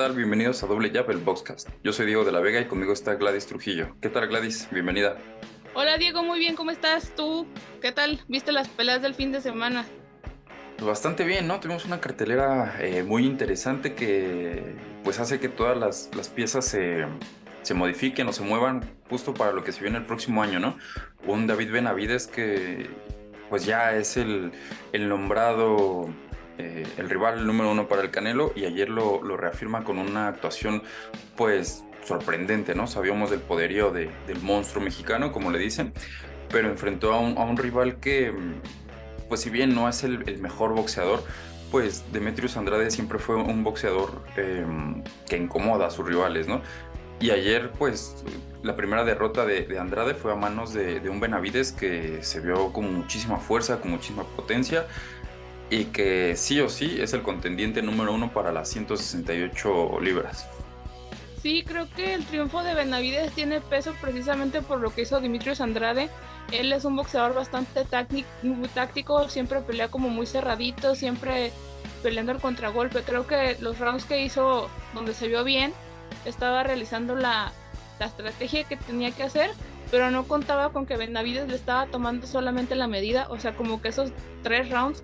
tal? Bienvenidos a Doble Jab, el Boxcast. Yo soy Diego de la Vega y conmigo está Gladys Trujillo. ¿Qué tal, Gladys? Bienvenida. Hola Diego, muy bien, ¿cómo estás? ¿Tú qué tal? ¿Viste las peleas del fin de semana? Pues bastante bien, ¿no? Tuvimos una cartelera muy interesante que pues hace que todas las piezas se modifiquen o se muevan justo para lo que se viene el próximo año, ¿no? Un David Benavides que pues ya es el nombrado, el rival número uno para el Canelo, y ayer lo reafirma con una actuación pues sorprendente, ¿no? Sabíamos del poderío del monstruo mexicano, como le dicen, pero enfrentó a un rival que pues si bien no es el mejor boxeador, pues Demetrius Andrade siempre fue un boxeador que incomoda a sus rivales, ¿no? Y ayer, pues, la primera derrota de Andrade fue a manos de un Benavides que se vio con muchísima fuerza, con muchísima potencia, y que sí o sí es el contendiente número uno para las 168 libras. Sí, creo que el triunfo de Benavides tiene peso precisamente por lo que hizo Dimitrios Andrade. Él es un boxeador bastante muy táctico, siempre pelea como muy cerradito, siempre peleando al contragolpe. Creo que los rounds que hizo donde se vio bien, estaba realizando la estrategia que tenía que hacer, pero no contaba con que Benavides le estaba tomando solamente la medida, o sea, como que esos 3 rounds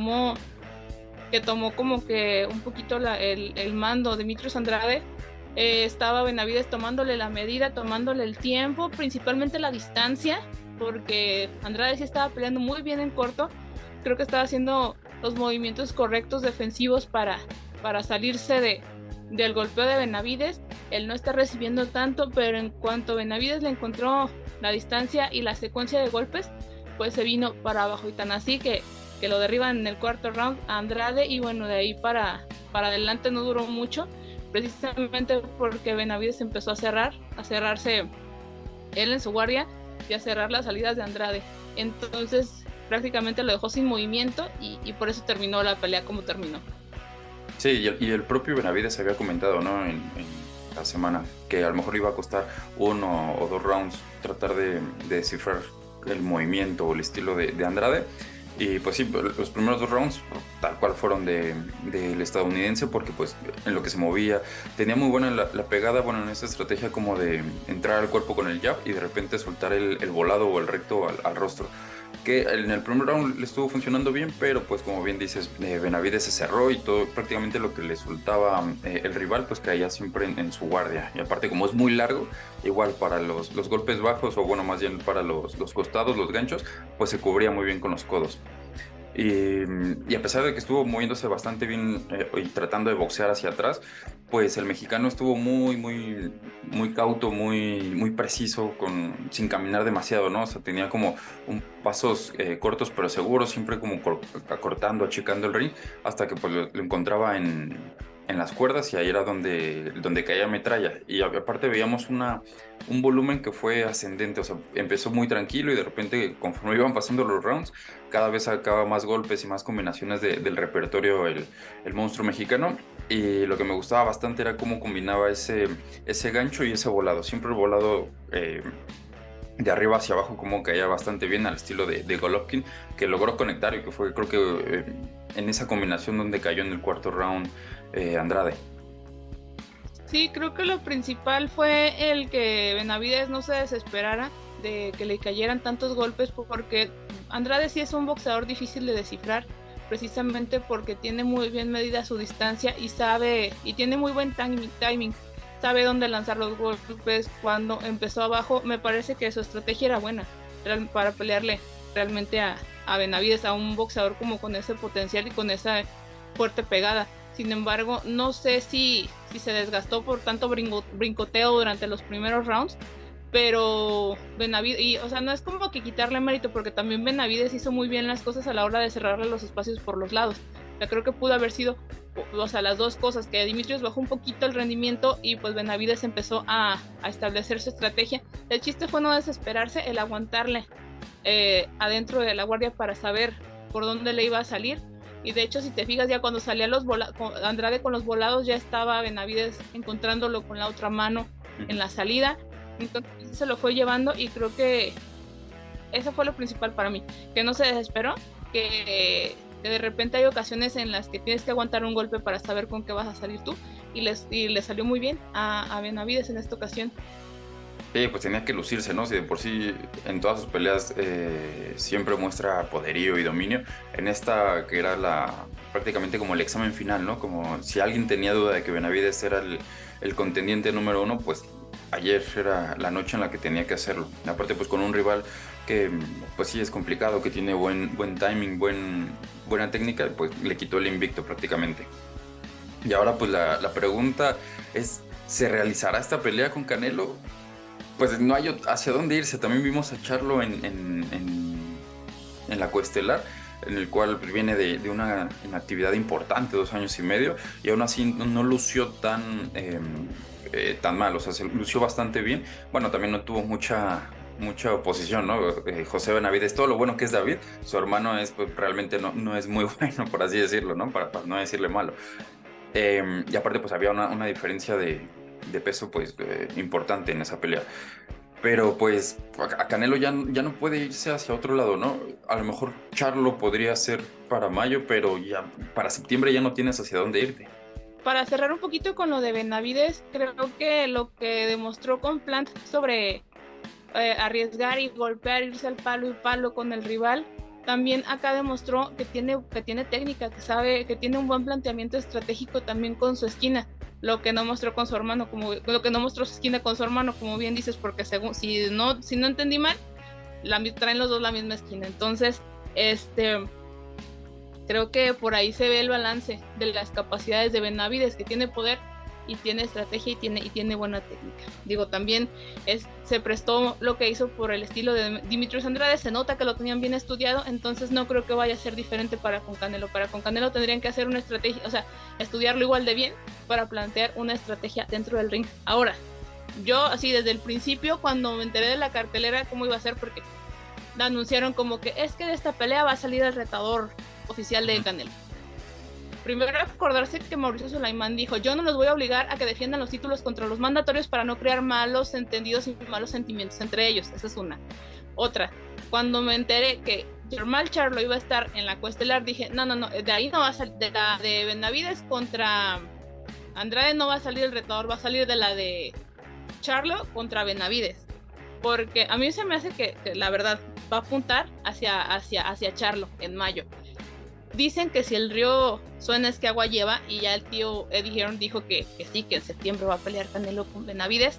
que tomó como que un poquito el mando Dimitrios Andrade, estaba Benavides tomándole la medida, tomándole el tiempo, principalmente la distancia, porque Andrade sí estaba peleando muy bien en corto. Creo que estaba haciendo los movimientos correctos defensivos para salirse del golpeo de Benavides. Él no está recibiendo tanto, pero en cuanto Benavides le encontró la distancia y la secuencia de golpes, pues se vino para abajo, y tan así que lo derriban en el cuarto round a Andrade, y bueno, de ahí para adelante no duró mucho, precisamente porque Benavides empezó a cerrarse él en su guardia y a cerrar las salidas de Andrade. Entonces prácticamente lo dejó sin movimiento, y por eso terminó la pelea como terminó. Sí, y el propio Benavides había comentado, ¿no? En la semana que a lo mejor iba a costar uno o dos rounds tratar de descifrar el movimiento o el estilo de Andrade. Y pues sí, los primeros dos rounds tal cual fueron del estadounidense, porque pues en lo que se movía tenía muy buena la pegada, bueno, en esa estrategia como de entrar al cuerpo con el jab y de repente soltar el volado o el recto al rostro, que en el primer round le estuvo funcionando bien, pero pues como bien dices, Benavides se cerró y todo, prácticamente lo que le soltaba el rival pues caía siempre en su guardia, y aparte como es muy largo, igual para los golpes bajos, o bueno, más bien para los costados, los ganchos, pues se cubría muy bien con los codos. Y a pesar de que estuvo moviéndose bastante bien y tratando de boxear hacia atrás, pues el mexicano estuvo muy, muy, muy cauto, muy preciso, sin caminar demasiado, ¿no? O sea, tenía como pasos cortos pero seguros, siempre como acortando, achicando el ring, hasta que pues lo encontraba en las cuerdas, y ahí era donde caía metralla. Y aparte veíamos un volumen que fue ascendente, o sea, empezó muy tranquilo y de repente, conforme iban pasando los rounds, cada vez sacaba más golpes y más combinaciones del repertorio el monstruo mexicano. Y lo que me gustaba bastante era cómo combinaba ese gancho y ese volado. Siempre el volado de arriba hacia abajo, como caía bastante bien al estilo de Golovkin, que logró conectar, y que fue, creo que en esa combinación donde cayó en el cuarto round Andrade. Sí, creo que lo principal fue el que Benavides no se desesperara de que le cayeran tantos golpes, porque Andrade sí es un boxeador difícil de descifrar, precisamente porque tiene muy bien medida su distancia y tiene muy buen timing, sabe dónde lanzar los golpes. Cuando empezó abajo, me parece que su estrategia era buena para pelearle realmente a Benavides, a un boxeador como con ese potencial y con esa fuerte pegada. Sin embargo, no sé si se desgastó por tanto brincoteo durante los primeros rounds, pero Benavides, o sea, no es como que quitarle mérito, porque también Benavides hizo muy bien las cosas a la hora de cerrarle los espacios por los lados. O sea, creo que pudo haber sido, o sea, las dos cosas, que Dimitrios bajó un poquito el rendimiento y pues Benavides empezó a establecer su estrategia. El chiste fue no desesperarse, el aguantarle adentro de la guardia para saber por dónde le iba a salir. Y de hecho, si te fijas, ya cuando salía Andrade con los volados, ya estaba Benavides encontrándolo con la otra mano en la salida. Entonces se lo fue llevando, y creo que eso fue lo principal para mí, que no se desesperó, que de repente hay ocasiones en las que tienes que aguantar un golpe para saber con qué vas a salir tú, y le salió muy bien a Benavides en esta ocasión. Sí, pues tenía que lucirse, ¿no? Si de por sí en todas sus peleas siempre muestra poderío y dominio, en esta que era prácticamente como el examen final, ¿no? Como si alguien tenía duda de que Benavides era el contendiente número uno, pues ayer era la noche en la que tenía que hacerlo. Aparte, pues con un rival que pues sí es complicado, que tiene buen timing, buena técnica, pues le quitó el invicto prácticamente. Y ahora pues la pregunta es, ¿se realizará esta pelea con Canelo? Pues no hay hacia dónde irse. También vimos a Charlo en la coestelar, en el cual viene de una inactividad importante, 2 años y medio, y aún así no lució tan mal, o sea, se lució bastante bien. Bueno, también no tuvo mucha oposición, ¿no? José Benavides, todo lo bueno que es David, su hermano es, pues, realmente no es muy bueno, por así decirlo, ¿no? Para no decirle malo. Y aparte, pues había una diferencia de peso, pues, importante en esa pelea. Pero pues a Canelo ya no puede irse hacia otro lado, ¿no? A lo mejor Charlo podría ser para mayo, pero ya para septiembre ya no tienes hacia dónde irte. Para cerrar un poquito con lo de Benavides, creo que lo que demostró con Plant sobre arriesgar y golpear, irse al palo y palo con el rival, también acá demostró que tiene técnica, que sabe, que tiene un buen planteamiento estratégico también con su esquina, lo que no mostró con su hermano, lo que no mostró su esquina con su hermano, como bien dices, porque según, si no entendí mal, traen los dos la misma esquina. Entonces, creo que por ahí se ve el balance de las capacidades de Benavides, que tiene poder y tiene estrategia y tiene buena técnica. Digo, también se prestó lo que hizo por el estilo de Dimitrios Andrade, se nota que lo tenían bien estudiado, entonces no creo que vaya a ser diferente para con Canelo. Para con Canelo tendrían que hacer una estrategia, o sea, estudiarlo igual de bien para plantear una estrategia dentro del ring. Ahora, yo así desde el principio, cuando me enteré de la cartelera, cómo iba a ser, porque anunciaron como que es que de esta pelea va a salir el retador oficial de Canelo. Primero acordarse que Mauricio Sulaimán dijo, yo no los voy a obligar a que defiendan los títulos contra los mandatorios para no crear malos entendidos y malos sentimientos entre ellos. Esa es una. Otra, cuando me enteré que Jermall Charlo iba a estar en la coestelar, dije, no, de ahí no va a salir, de Benavides contra Andrade no va a salir el retador, va a salir de la de Charlo contra Benavides. Porque a mí se me hace que la verdad va a apuntar hacia Charlo en mayo. Dicen que si el río suena es que agua lleva, y ya el tío Eddie Hearn dijo que sí, que en septiembre va a pelear Canelo con Benavides.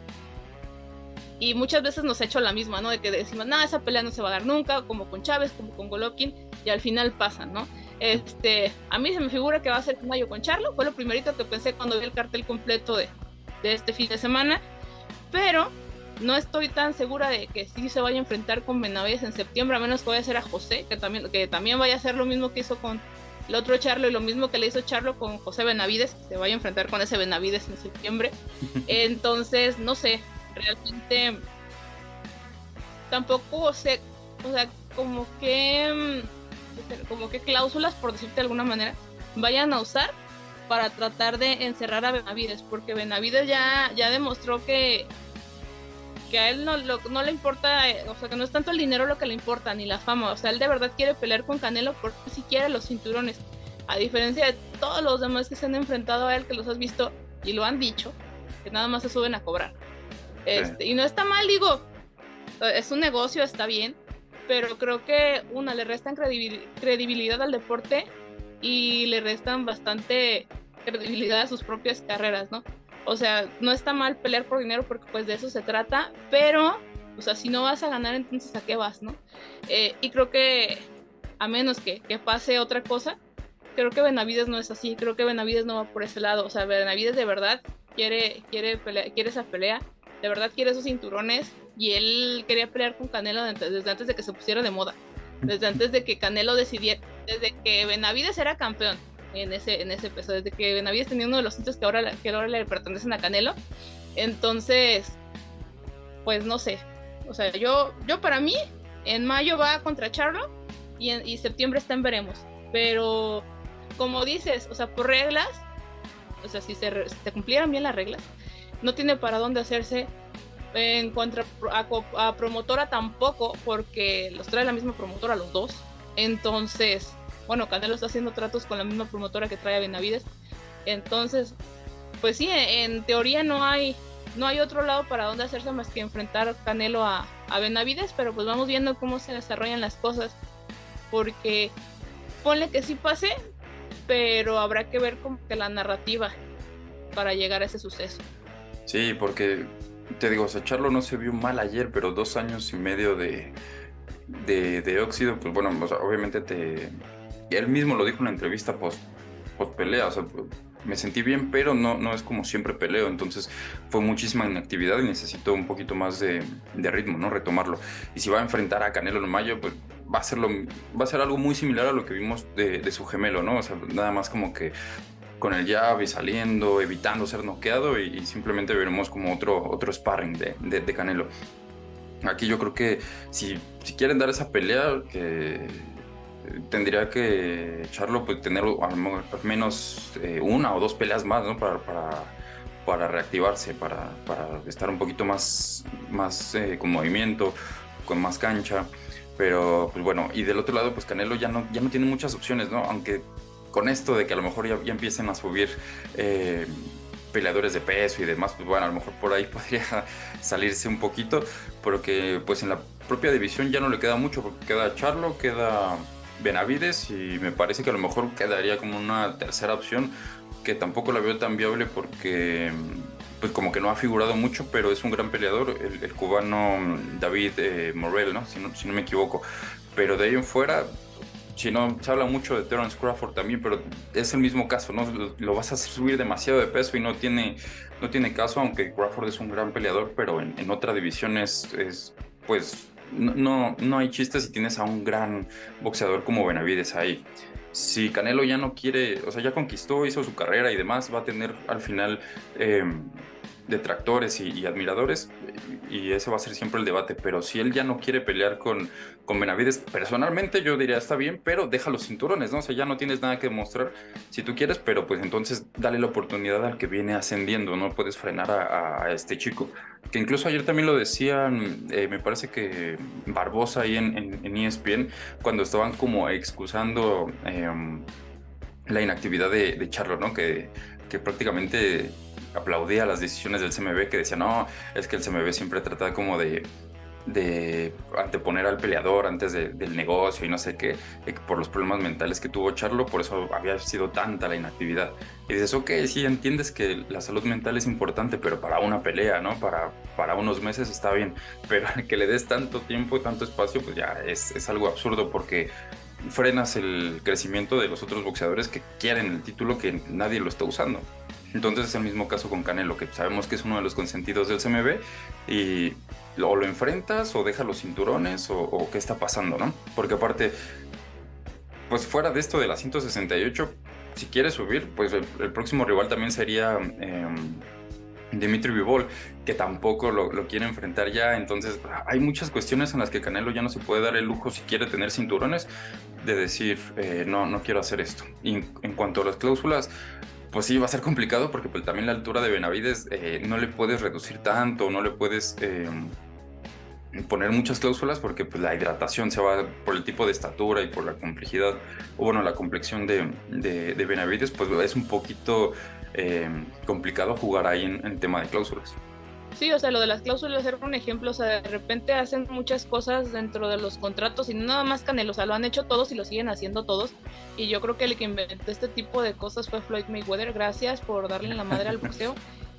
Y muchas veces nos ha hecho la misma, ¿no? De que decimos, no, esa pelea no se va a dar nunca, como con Chávez, como con Golovkin, y al final pasa, ¿no? A mí se me figura que va a ser en mayo con Charlo, fue lo primerito que pensé cuando vi el cartel completo de este fin de semana, pero no estoy tan segura de que sí se vaya a enfrentar con Benavides en septiembre, a menos que vaya a ser a José, que también vaya a hacer lo mismo que hizo con el otro Charlo y lo mismo que le hizo Charlo con José Benavides, que se vaya a enfrentar con ese Benavides en septiembre. Entonces, no sé, realmente tampoco sé, o sea, como que cláusulas, por decirte de alguna manera, vayan a usar para tratar de encerrar a Benavides, porque Benavides ya demostró que a él no le importa, o sea, que no es tanto el dinero lo que le importa, ni la fama, o sea, él de verdad quiere pelear con Canelo porque si quiere los cinturones, a diferencia de todos los demás que se han enfrentado a él, que los has visto y lo han dicho, que nada más se suben a cobrar. Y no está mal, digo, es un negocio, está bien, pero creo que le restan credibilidad al deporte y le restan bastante credibilidad a sus propias carreras, ¿no? O sea, no está mal pelear por dinero porque pues de eso se trata, pero, o sea, si no vas a ganar, entonces ¿a qué vas, no? Y creo que, a menos que pase otra cosa, creo que Benavides no es así, creo que Benavides no va por ese lado, o sea, Benavides de verdad quiere esa pelea, de verdad quiere esos cinturones, y él quería pelear con Canelo desde antes de que se pusiera de moda, desde antes de que Canelo decidiera, desde que Benavides era campeón en ese peso, desde que Benavides tenía uno de los cintos que ahora le pertenecen a Canelo. Entonces, pues no sé, o sea, yo para mí en mayo va contra Charlo y septiembre está en veremos, pero como dices, o sea, por reglas, o sea, si se cumplieran bien las reglas, no tiene para dónde hacerse. En cuanto a promotora tampoco, porque los trae la misma promotora los dos. Entonces, bueno, Canelo está haciendo tratos con la misma promotora que trae a Benavides. Entonces, pues sí, en teoría no hay otro lado para donde hacerse más que enfrentar Canelo a Benavides, pero pues vamos viendo cómo se desarrollan las cosas, porque ponle que sí pase, pero habrá que ver como que la narrativa para llegar a ese suceso. Sí, porque te digo, o sea, Charlo no se vio mal ayer, pero 2 años y medio de óxido, pues bueno, o sea, obviamente él mismo lo dijo en la entrevista post pelea, o sea, me sentí bien, pero no es como siempre peleo, entonces fue muchísima inactividad y necesito un poquito más de ritmo, ¿no? Retomarlo. Y si va a enfrentar a Canelo en mayo, pues va a ser algo muy similar a lo que vimos de su gemelo, ¿no? O sea, nada más como que con el jab y saliendo, evitando ser noqueado y simplemente veremos como otro sparring de Canelo. Aquí yo creo que si quieren dar esa pelea, que tendría que Charlo pues tener al menos 1 o 2 peleas más, ¿no? Para reactivarse, para estar un poquito más con movimiento, con más cancha. Pero pues bueno, y del otro lado pues Canelo ya no tiene muchas opciones, ¿no? Aunque con esto de que a lo mejor ya empiecen a subir peleadores de peso y demás, pues bueno, a lo mejor por ahí podría salirse un poquito, pero que pues en la propia división ya no le queda mucho, porque queda Charlo, queda Benavides y me parece que a lo mejor quedaría como una tercera opción, que tampoco la veo tan viable porque pues como que no ha figurado mucho, pero es un gran peleador, el cubano David Morrell, ¿no? Si no me equivoco, pero de ahí en fuera... Si no, se habla mucho de Terence Crawford también, pero es el mismo caso, ¿no? Lo vas a hacer subir demasiado de peso y no tiene caso, aunque Crawford es un gran peleador, pero en otra división pues, no hay chistes si tienes a un gran boxeador como Benavides ahí. Si Canelo ya no quiere, o sea, ya conquistó, hizo su carrera y demás, va a tener al final detractores y admiradores, y ese va a ser siempre el debate. Pero si él ya no quiere pelear con Benavides, personalmente yo diría está bien, pero deja los cinturones, ¿no? O sea, ya no tienes nada que demostrar si tú quieres, pero pues entonces dale la oportunidad al que viene ascendiendo, no puedes frenar a este chico. Que incluso ayer también lo decían, me parece que Barbosa ahí en ESPN, cuando estaban como excusando la inactividad de Charlo, ¿no? Que prácticamente aplaudía las decisiones del CMB, que decía, no, es que el CMB siempre trata como de anteponer al peleador antes del negocio y no sé qué, por los problemas mentales que tuvo Charlo, por eso había sido tanta la inactividad. Y dices, ok, sí, entiendes que la salud mental es importante, pero para una pelea, ¿no? Para unos meses está bien, pero que le des tanto tiempo, tanto espacio, pues ya es algo absurdo, porque frenas el crecimiento de los otros boxeadores que quieren el título, que nadie lo está usando. Entonces es el mismo caso con Canelo, que sabemos que es uno de los consentidos del CMB, y o lo enfrentas o deja los cinturones o qué está pasando, ¿no? Porque aparte, pues fuera de esto de la 168, si quieres subir, pues el próximo rival también sería Dimitri Bivol, que tampoco lo quiere enfrentar ya. Entonces hay muchas cuestiones en las que Canelo ya no se puede dar el lujo, si quiere tener cinturones, de decir, no quiero hacer esto. Y en cuanto a las cláusulas, pues sí, va a ser complicado, porque pues, también la altura de Benavides no le puedes reducir tanto, no le puedes poner muchas cláusulas, porque pues, la hidratación se va por el tipo de estatura y por la complejidad, o bueno, la complexión de Benavides, pues es un poquito complicado jugar ahí en tema de cláusulas. Sí, o sea, lo de las cláusulas era un ejemplo, o sea, de repente hacen muchas cosas dentro de los contratos y no nada más Canelo, o sea, lo han hecho todos y lo siguen haciendo todos, y yo creo que el que inventó este tipo de cosas fue Floyd Mayweather. Gracias por darle la madre al boxeo.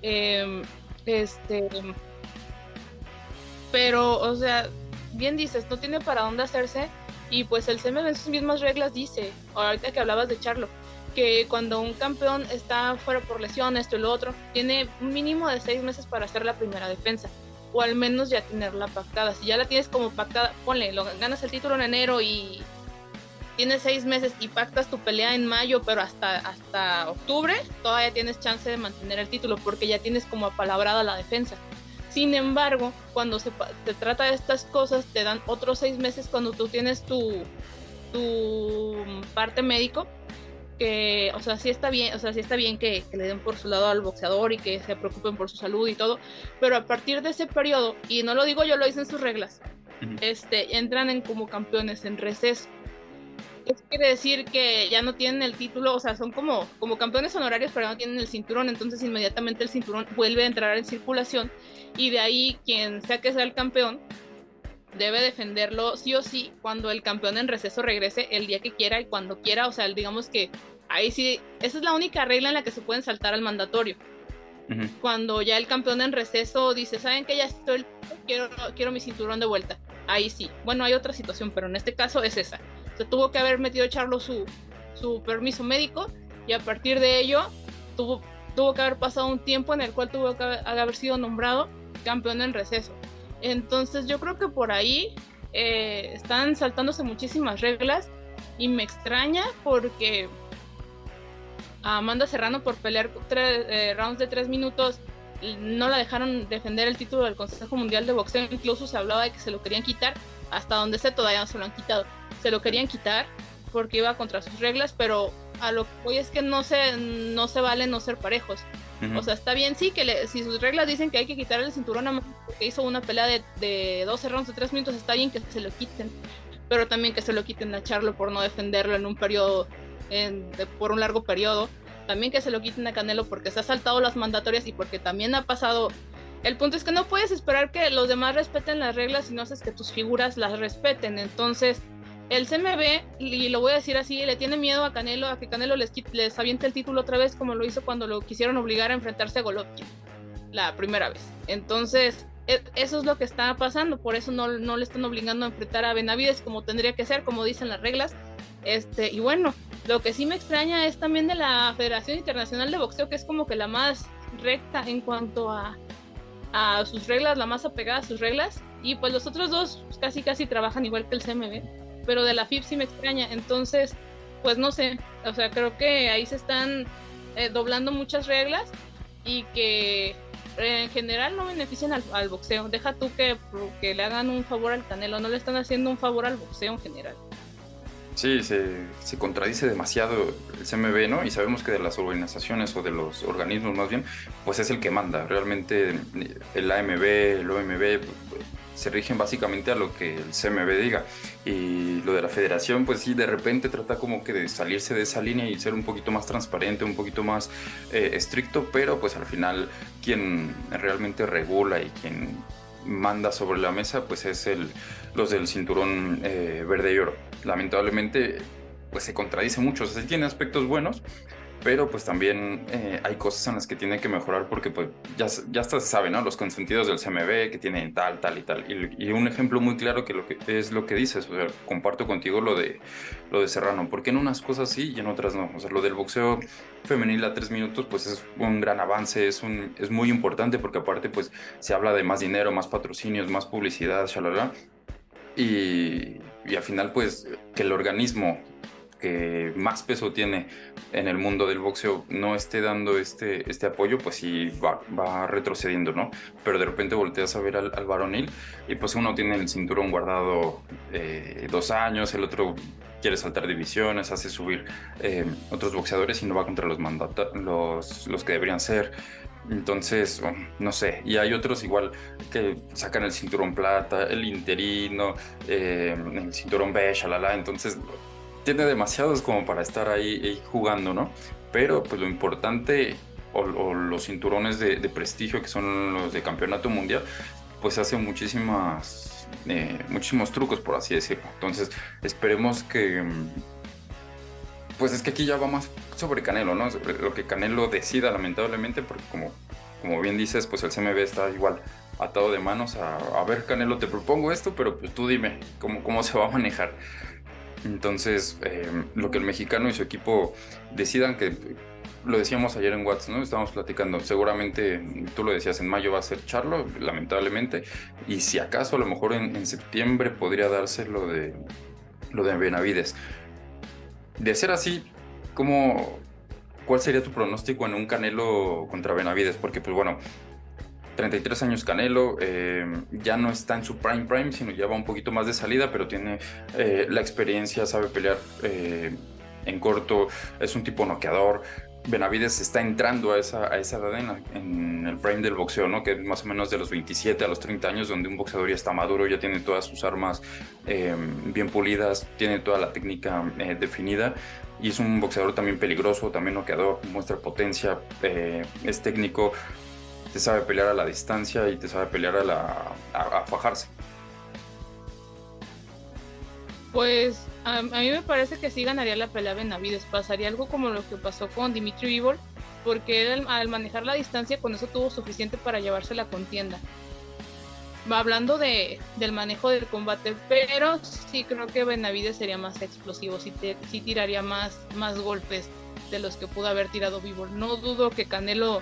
Pero, o sea, bien dices, no tiene para dónde hacerse, y pues el CMB en sus mismas reglas dice, ahorita que hablabas de Charlo, que cuando un campeón está fuera por lesión, esto y lo otro, tiene un mínimo de 6 meses para hacer la primera defensa, o al menos ya tenerla pactada. Si ya la tienes como pactada, ponle, ganas el título en enero y tienes 6 meses y pactas tu pelea en mayo, pero hasta octubre, todavía tienes chance de mantener el título, porque ya tienes como apalabrada la defensa. Sin embargo, cuando se trata de estas cosas, te dan otros 6 meses cuando tú tienes tu parte médico, que, o sea, sí está bien que le den por su lado al boxeador y que se preocupen por su salud y todo, pero a partir de ese periodo, y no lo digo yo, lo dicen sus reglas, entran en como campeones en receso. Eso quiere decir que ya no tienen el título, o sea, son como campeones honorarios, pero no tienen el cinturón, entonces inmediatamente el cinturón vuelve a entrar en circulación y de ahí quien sea que sea el campeón debe defenderlo sí o sí cuando el campeón en receso regrese el día que quiera y cuando quiera, o sea, digamos que ahí sí, esa es la única regla en la que se pueden saltar al mandatorio. Uh-huh. Cuando ya el campeón en receso dice, ¿saben qué? Ya estoy, quiero mi cinturón de vuelta. Ahí sí. Bueno, hay otra situación, pero en este caso es esa. Se tuvo que haber metido Charlo su permiso médico y a partir de ello tuvo que haber pasado un tiempo en el cual tuvo que haber sido nombrado campeón en receso. Entonces yo creo que por ahí están saltándose muchísimas reglas y me extraña porque a Amanda Serrano por pelear rounds de 3 minutos no la dejaron defender el título del Consejo Mundial de Boxeo, incluso se hablaba de que se lo querían quitar, hasta donde sé todavía no se lo han quitado, se lo querían quitar porque iba contra sus reglas, pero a lo que voy es que no se vale no ser parejos. Uh-huh. O sea, está bien, sí, que si sus reglas dicen que hay que quitarle el cinturón a Amanda porque hizo una pelea de 12 rounds de 3 minutos, está bien que se lo quiten, pero también que se lo quiten a Charlo por no defenderlo en un periodo, por un largo periodo, también que se lo quiten a Canelo porque se ha saltado las mandatorias y porque también ha pasado. El punto es que no puedes esperar que los demás respeten las reglas si no haces que tus figuras las respeten. Entonces el CMB, y lo voy a decir así, le tiene miedo a Canelo, a que Canelo les aviente el título otra vez como lo hizo cuando lo quisieron obligar a enfrentarse a Golovkin la primera vez. Entonces eso es lo que está pasando, por eso no le están obligando a enfrentar a Benavides como tendría que ser, como dicen las reglas. Y bueno, lo que sí me extraña es también de la Federación Internacional de Boxeo, que es como que la más recta en cuanto a sus reglas, la más apegada a sus reglas, y pues los otros dos casi trabajan igual que el CMB, pero de la FIB sí me extraña. Entonces pues no sé, o sea, creo que ahí se están doblando muchas reglas y que en general no benefician al boxeo. Deja tú que le hagan un favor al Canelo, no le están haciendo un favor al boxeo en general. Sí, se contradice demasiado el CMB, ¿no? Y sabemos que de las organizaciones o de los organismos más bien, pues es el que manda. Realmente el AMB, el OMB se rigen básicamente a lo que el CMB diga. Y lo de la federación, pues sí, de repente trata como que de salirse de esa línea y ser un poquito más transparente, un poquito más estricto, pero pues al final quien realmente regula y quien manda sobre la mesa pues es los del cinturón verde y oro. Lamentablemente pues se contradice mucho, o sea, sí tiene aspectos buenos, pero pues también hay cosas en las que tiene que mejorar porque pues ya hasta se sabe, ¿no? Los consentidos del CMB que tienen tal y tal, y un ejemplo muy claro que es lo que dices, o sea, comparto contigo lo de Serrano, porque en unas cosas sí y en otras no. O sea, lo del boxeo femenil a 3 minutos pues es un gran avance, es muy importante porque aparte pues se habla de más dinero, más patrocinios, más publicidad, shalala, y al final pues que el organismo que más peso tiene en el mundo del boxeo no esté dando este apoyo, pues sí va retrocediendo, ¿no? Pero de repente volteas a ver al varonil y pues uno tiene el cinturón guardado 2 años, el otro quiere saltar divisiones, hace subir otros boxeadores y no va contra los que deberían ser. Entonces, no sé, y hay otros igual que sacan el cinturón plata, el interino, el cinturón beige, shalala, entonces tiene demasiados como para estar ahí jugando, ¿no? Pero pues lo importante, o los cinturones de prestigio que son los de campeonato mundial, pues hacen muchísimos trucos, por así decirlo. Entonces esperemos que, pues es que aquí ya va más sobre Canelo, ¿no? Sobre lo que Canelo decida, lamentablemente, porque como bien dices, pues el CMB está igual atado de manos a ver, Canelo, te propongo esto, pero pues tú dime cómo se va a manejar. Entonces, lo que el mexicano y su equipo decidan, que lo decíamos ayer en WhatsApp, ¿no? Estábamos platicando, seguramente, tú lo decías, en mayo va a ser Charlo, lamentablemente, y si acaso a lo mejor en septiembre podría darse lo de Benavides. De ser así, ¿cuál sería tu pronóstico en un Canelo contra Benavides? Porque, pues bueno, 33 años Canelo, ya no está en su prime, sino ya va un poquito más de salida, pero tiene la experiencia, sabe pelear en corto, es un tipo noqueador. Benavides está entrando a esa edad en el prime del boxeo, ¿no? Que es más o menos de los 27 a los 30 años, donde un boxeador ya está maduro, ya tiene todas sus armas bien pulidas, tiene toda la técnica definida, y es un boxeador también peligroso, también noqueador, muestra potencia, es técnico, te sabe pelear a la distancia y te sabe pelear a fajarse. Pues a mí me parece que sí ganaría la pelea Benavides. Pasaría algo como lo que pasó con Dimitri Bivol, porque él al manejar la distancia con eso tuvo suficiente para llevarse la contienda. Va hablando del manejo del combate, pero sí creo que Benavides sería más explosivo, sí tiraría más golpes de los que pudo haber tirado Bivol. No dudo que Canelo,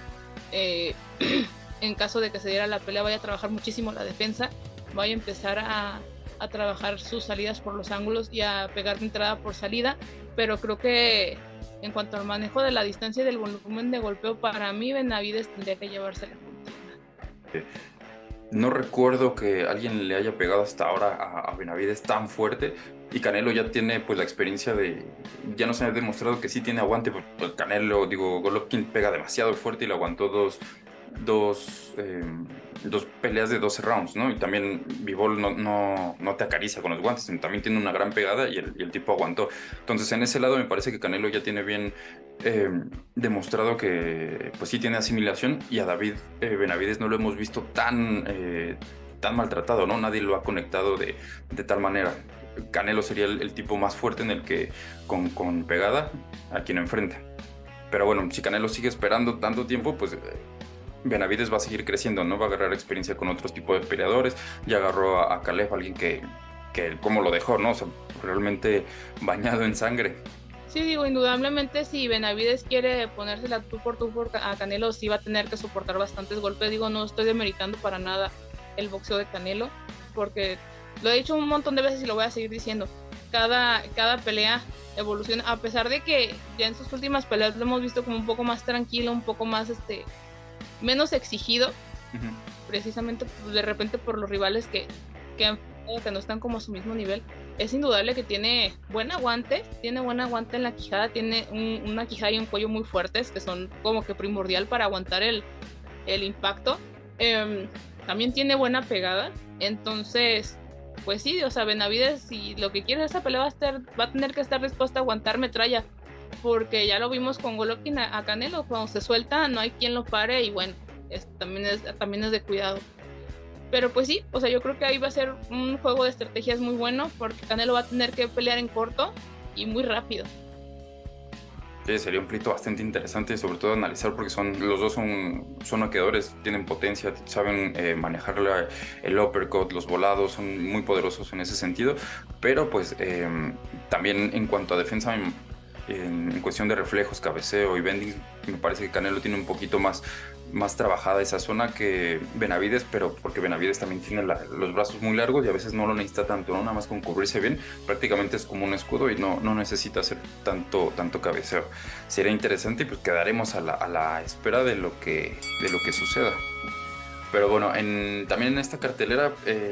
en caso de que se diera la pelea, vaya a trabajar muchísimo la defensa, vaya a empezar a trabajar sus salidas por los ángulos y a pegar de entrada por salida, pero creo que en cuanto al manejo de la distancia y del volumen de golpeo, para mí Benavides tendría que llevarse la contienda. No recuerdo que alguien le haya pegado hasta ahora a Benavides tan fuerte, y Canelo ya tiene pues la experiencia ya nos ha demostrado que sí tiene aguante. Pues Canelo, digo, Golovkin pega demasiado fuerte y le aguantó dos peleas de 12 rounds, ¿no? Y también Bivol no te acaricia con los guantes, también tiene una gran pegada y el tipo aguantó. Entonces en ese lado me parece que Canelo ya tiene bien demostrado que pues sí tiene asimilación, y a David Benavides no lo hemos visto tan maltratado, ¿no? Nadie lo ha conectado de tal manera. Canelo sería el tipo más fuerte en el que con pegada a quien enfrenta. Pero bueno, si Canelo sigue esperando tanto tiempo, pues Benavides va a seguir creciendo, ¿no? Va a agarrar experiencia con otros tipos de peleadores. Ya agarró a Caleb, alguien que cómo lo dejó, ¿no? O sea, realmente bañado en sangre. Sí, digo, indudablemente si Benavides quiere ponérsela tú por a Canelo, sí va a tener que soportar bastantes golpes. Digo, no estoy demeritando para nada el boxeo de Canelo, porque lo he dicho un montón de veces y lo voy a seguir diciendo. Cada pelea evoluciona, a pesar de que ya en sus últimas peleas lo hemos visto como un poco más tranquilo, un poco más menos exigido, precisamente de repente por los rivales que no están como a su mismo nivel. Es indudable que tiene buen aguante en la quijada, tiene una quijada y un cuello muy fuertes, que son como que primordial para aguantar el impacto. También tiene buena pegada, entonces pues sí, o sea, Benavides, si lo que quiere es esa pelea va a tener que estar dispuesta a aguantar metralla, porque ya lo vimos con Golovkin a Canelo, cuando se suelta no hay quien lo pare, y bueno, también es de cuidado. Pero pues sí, o sea, yo creo que ahí va a ser un juego de estrategias muy bueno, porque Canelo va a tener que pelear en corto y muy rápido. Sí, sería un pleito bastante interesante, sobre todo analizar, porque los dos son noqueadores, tienen potencia, saben manejar el uppercut, los volados, son muy poderosos en ese sentido. Pero pues también en cuanto a defensa, en cuestión de reflejos, cabeceo y bending, me parece que Canelo tiene un poquito más trabajada esa zona que Benavides, pero porque Benavides también tiene los brazos muy largos y a veces no lo necesita tanto, ¿no? Nada más con cubrirse bien, prácticamente es como un escudo y no necesita hacer tanto cabeceo. Sería interesante, y pues quedaremos a la espera de lo que suceda. Pero bueno, también en esta cartelera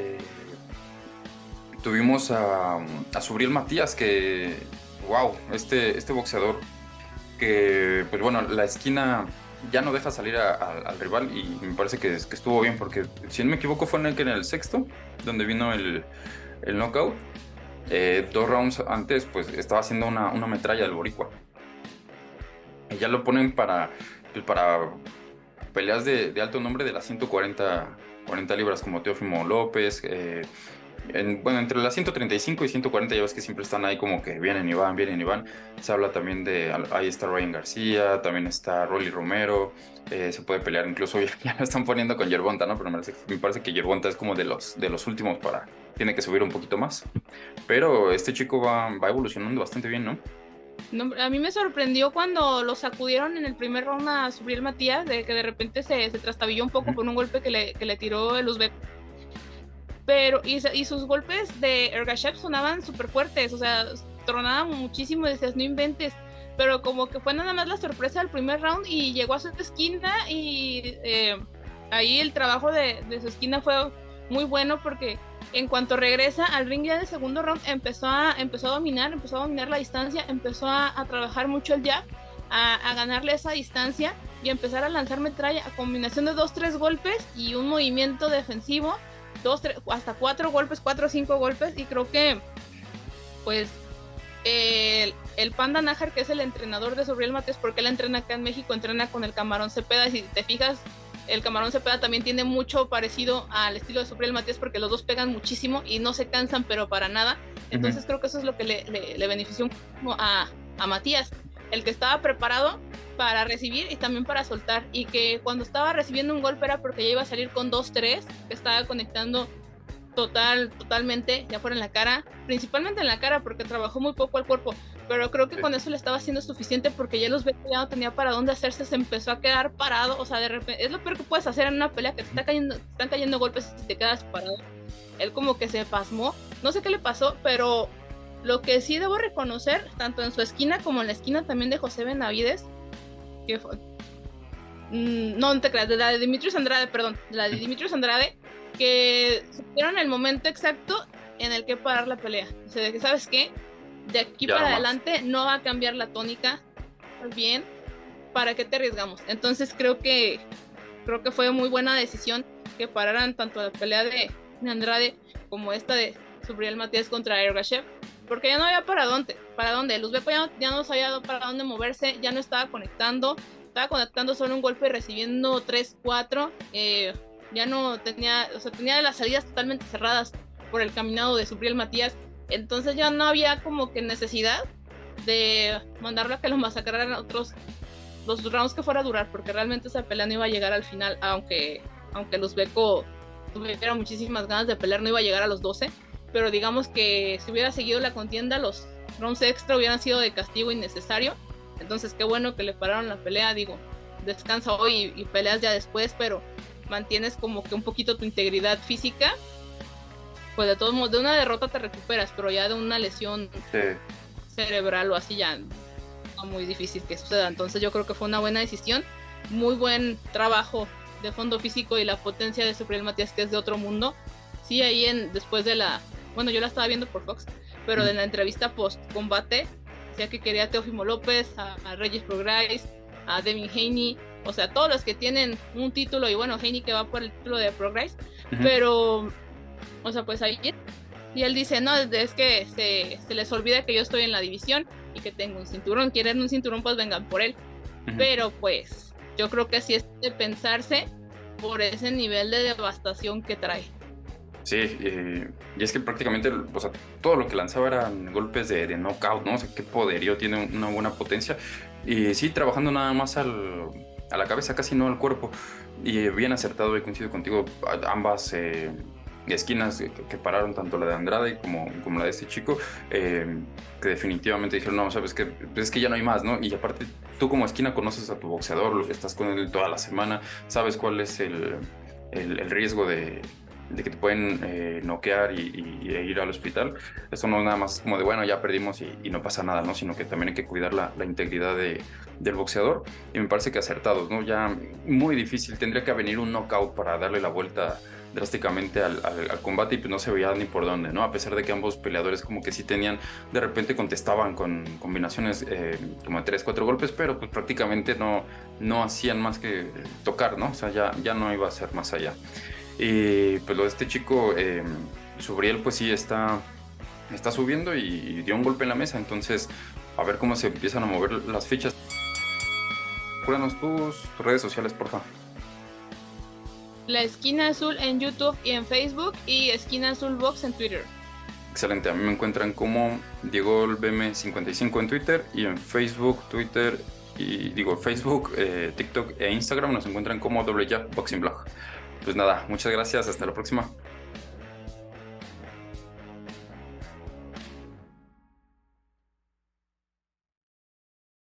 tuvimos a Subriel Matías, que wow, este boxeador que, pues bueno, la esquina ya no deja salir al rival, y me parece que estuvo bien, porque si no me equivoco fue en el sexto donde vino el knockout. 2 rounds antes pues estaba haciendo una metralla del boricua, y ya lo ponen para peleas de alto nombre de las 140 libras, como Teófimo López. Entre las 135 y 140 ya ves que siempre están ahí como que vienen y van. Se habla también ahí está Ryan García, también está Rolly Romero. Se puede pelear, incluso ya lo están poniendo con Yerbonta, ¿no? Pero me parece que Yerbonta es como de los últimos, tiene que subir un poquito más. Pero este chico va evolucionando bastante bien, ¿no? No, a mí me sorprendió cuando lo sacudieron en el primer round a Subriel Matías, de que de repente se trastabilló un poco por un golpe que le tiró el uzbek. Pero, y sus golpes de Ergashev sonaban súper fuertes, o sea, tronaban muchísimo, y decías, no inventes. Pero como que fue nada más la sorpresa del primer round y llegó a su esquina, y ahí el trabajo de su esquina fue muy bueno, porque en cuanto regresa al ring ya del segundo round empezó a dominar la distancia, empezó a trabajar mucho el jab, a ganarle esa distancia y empezar a lanzar metralla a combinación de 2-3 golpes y un movimiento defensivo, 2-3, hasta 4 golpes, 4 o 5 golpes. Y creo que pues el Panda Nájar, que es el entrenador de Subriel Matias, porque él entrena acá en México, entrena con el Camarón Cepeda. Si te fijas, el Camarón Cepeda también tiene mucho parecido al estilo de Subriel Matias, porque los dos pegan muchísimo y no se cansan, pero para nada. Entonces creo que eso es lo que le benefició a Matías, el que estaba preparado para recibir y también para soltar, y que cuando estaba recibiendo un golpe era porque ya iba a salir con 2-3, que estaba conectando totalmente, ya fuera en la cara, principalmente en la cara, porque trabajó muy poco al cuerpo, pero creo que con eso le estaba haciendo suficiente, porque ya los Beco ya no tenía para dónde hacerse, se empezó a quedar parado. O sea, de repente, es lo peor que puedes hacer en una pelea, que te están cayendo golpes y te quedas parado. Él como que se pasmó, no sé qué le pasó, pero lo que sí debo reconocer, tanto en su esquina como en la esquina también de José Benavides, que fue, no te creas, de la de Dimitrios Andrade, que supieron el momento exacto en el que parar la pelea. O sea, de que, ¿sabes qué? De aquí ya para adelante no va a cambiar la tónica. Bien, ¿para qué te arriesgamos? Entonces creo que fue muy buena decisión que pararan tanto la pelea de Andrade como esta de Subriel Matias contra Ergashev, porque ya no había para dónde. Luzbeko ya no sabía para dónde moverse, ya no estaba conectando solo un golpe y recibiendo 3-4, ya no tenía, o sea, tenía las salidas totalmente cerradas por el caminado de Subriel Matias. Entonces ya no había como que necesidad de mandarlo a que lo masacraran los rounds que fuera a durar, porque realmente esa pelea no iba a llegar al final, aunque Luzbeko tuviera muchísimas ganas de pelear, no iba a llegar a los 12, pero digamos que si hubiera seguido la contienda, los rounds extra hubieran sido de castigo innecesario. Entonces qué bueno que le pararon la pelea. Digo, descansa hoy y peleas ya después, pero mantienes como que un poquito tu integridad física. Pues de todos modos, de una derrota te recuperas, pero ya de una lesión cerebral o así ya es muy difícil que suceda. Entonces yo creo que fue una buena decisión, muy buen trabajo de fondo físico y la potencia de Subriel Matias, que es de otro mundo. Sí, ahí después de yo la estaba viendo por Fox, pero de la entrevista post combate decía que quería a Teófimo López, a Regis Prograis, a Devin Haney, o sea, todos los que tienen un título, y bueno, Haney que va por el título de Prograis, pero, o sea, pues ahí, y él dice, no, es que se les olvida que yo estoy en la división y que tengo un cinturón, quieren un cinturón, pues vengan por él, pero pues, yo creo que sí es de pensarse por ese nivel de devastación que trae. Sí, y es que prácticamente, o sea, todo lo que lanzaba eran golpes de knockout, ¿no? O sea, qué poderío, tiene una buena potencia. Y sí, trabajando nada más a la cabeza, casi no al cuerpo. Y bien acertado, y coincido contigo, ambas esquinas que pararon, tanto la de Andrade como la de este chico, que definitivamente dijeron, no, sabes que es que ya no hay más, ¿no? Y aparte, tú como esquina conoces a tu boxeador, estás con él toda la semana, sabes cuál es el riesgo de que te pueden noquear y ir al hospital. Eso no es nada más como de, bueno, ya perdimos y no pasa nada, ¿no? Sino que también hay que cuidar la integridad del boxeador, y me parece que acertados, ¿no? Ya muy difícil, tendría que venir un knockout para darle la vuelta drásticamente al combate, y pues no se veía ni por dónde, ¿no? A pesar de que ambos peleadores como que sí tenían, de repente contestaban con combinaciones como de 3-4 golpes, pero pues prácticamente no hacían más que tocar, ¿no? O sea, ya no iba a ser más allá. Y pues lo de este chico, Subriel, pues sí está subiendo y dio un golpe en la mesa. Entonces, a ver cómo se empiezan a mover las fichas. Recuérdanos tus redes sociales, por favor. La Esquina Azul en YouTube y en Facebook, y Esquina Azul Box en Twitter. Excelente, a mí me encuentran como DiegoBM55 en Twitter, y en Facebook, Twitter Facebook, TikTok e Instagram nos encuentran como Double Jab Boxing Blog. Pues nada, muchas gracias, hasta la próxima.